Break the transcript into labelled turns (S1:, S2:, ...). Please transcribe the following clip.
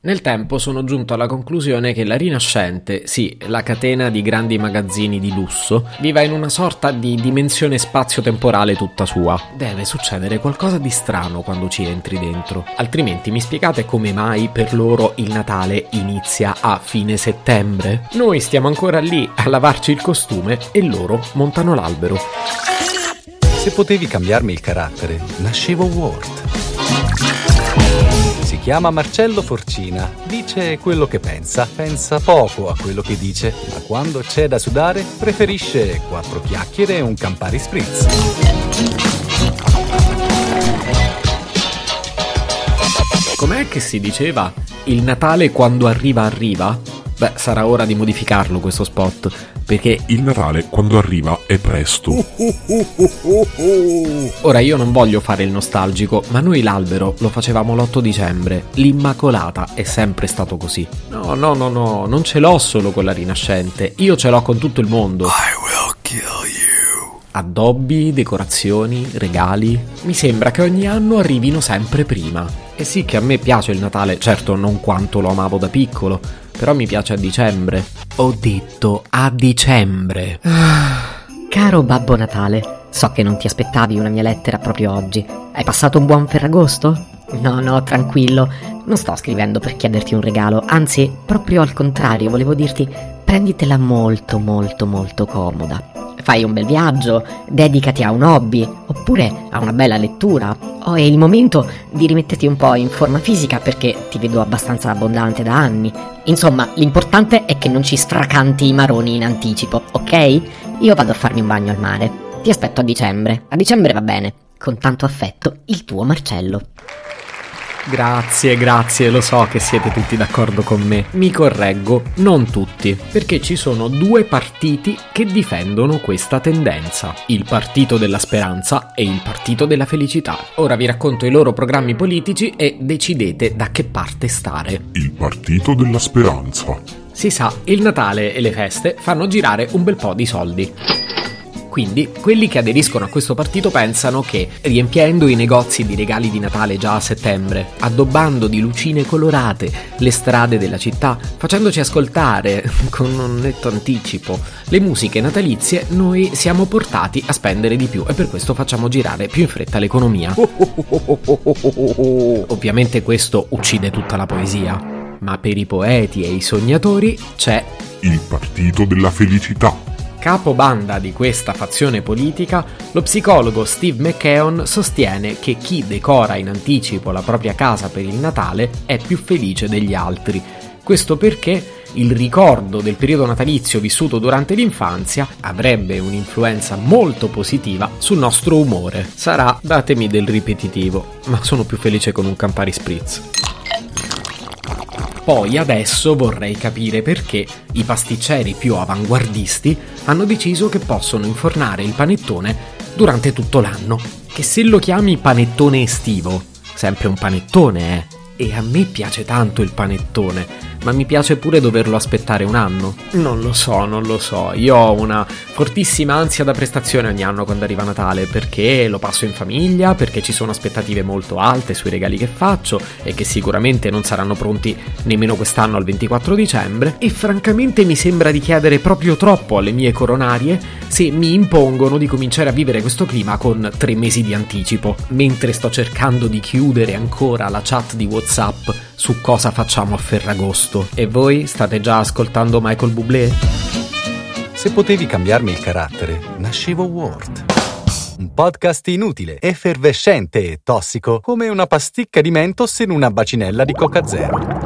S1: Nel tempo sono giunto alla conclusione che la Rinascente, sì, la catena di grandi magazzini di lusso, viva in una sorta di dimensione spazio-temporale tutta sua. Deve succedere qualcosa di strano quando ci entri dentro. Altrimenti mi spiegate come mai per loro il Natale inizia a fine settembre? Noi stiamo ancora lì a lavarci il costume e loro montano l'albero.
S2: Se potevi cambiarmi il carattere, nascevo Ward. Si chiama Marcello Forcina, dice quello che pensa poco a quello che dice, ma quando c'è da sudare preferisce 4 chiacchiere e un Campari Spritz.
S1: Com'è che si diceva? Il Natale quando arriva arriva? Beh, sarà ora di modificarlo questo spot, perché
S3: il Natale quando arriva è presto.
S1: Ora io non voglio fare il nostalgico, ma noi l'albero lo facevamo l'8 dicembre. L'Immacolata è sempre stato così. No, non ce l'ho solo con la Rinascente, io ce l'ho con tutto il mondo.
S3: I will kill you.
S1: Addobbi, decorazioni, regali. Mi sembra che ogni anno arrivino sempre prima. E sì che a me piace il Natale, certo non quanto lo amavo da piccolo, però mi piace a dicembre. Ho detto a dicembre.
S4: Caro Babbo Natale, so che non ti aspettavi una mia lettera proprio oggi. Hai passato un buon Ferragosto? No, tranquillo. Non sto scrivendo per chiederti un regalo, anzi, proprio al contrario, volevo dirti, prenditela molto comoda. Fai un bel viaggio, dedicati a un hobby, oppure a una bella lettura. O è il momento di rimetterti un po' in forma fisica perché ti vedo abbastanza abbondante da anni. Insomma, l'importante è che non ci sfracanti i maroni in anticipo, ok? Io vado a farmi un bagno al mare. Ti aspetto a dicembre. A dicembre va bene. Con tanto affetto, il tuo Marcello.
S1: Grazie, lo so che siete tutti d'accordo con me. Mi correggo, non tutti, perché ci sono 2 partiti che difendono questa tendenza: il Partito della Speranza e il Partito della Felicità. Ora vi racconto i loro programmi politici e decidete da che parte stare.
S3: Il Partito della Speranza.
S1: Si sa, il Natale e le feste fanno girare un bel po' di soldi. Quindi, quelli che aderiscono a questo partito pensano che, riempiendo i negozi di regali di Natale già a settembre, addobbando di lucine colorate le strade della città, facendoci ascoltare, con un netto anticipo, le musiche natalizie, noi siamo portati a spendere di più e per questo facciamo girare più in fretta l'economia. Ovviamente questo uccide tutta la poesia, ma per i poeti e i sognatori c'è
S3: il Partito della Felicità.
S1: Capobanda di questa fazione politica, lo psicologo Steve McKeown sostiene che chi decora in anticipo la propria casa per il Natale è più felice degli altri. Questo perché il ricordo del periodo natalizio vissuto durante l'infanzia avrebbe un'influenza molto positiva sul nostro umore. Sarà, datemi del ripetitivo, ma sono più felice con un Campari Spritz. Poi adesso vorrei capire perché i pasticceri più avanguardisti hanno deciso che possono infornare il panettone durante tutto l'anno. Che se lo chiami panettone estivo, sempre un panettone E a me piace tanto il panettone, ma mi piace pure doverlo aspettare un anno. Non lo so, io ho una fortissima ansia da prestazione ogni anno quando arriva Natale, perché lo passo in famiglia, perché ci sono aspettative molto alte sui regali che faccio e che sicuramente non saranno pronti nemmeno quest'anno al 24 dicembre, e francamente mi sembra di chiedere proprio troppo alle mie coronarie se mi impongono di cominciare a vivere questo clima con 3 mesi di anticipo, mentre sto cercando di chiudere ancora la chat di WhatsApp su cosa facciamo a Ferragosto. E voi state già ascoltando Michael Bublé?
S2: Se potevi cambiarmi il carattere, nascevo Ward. Un podcast inutile, effervescente e tossico, come una pasticca di Mentos in una bacinella di Coca Zero.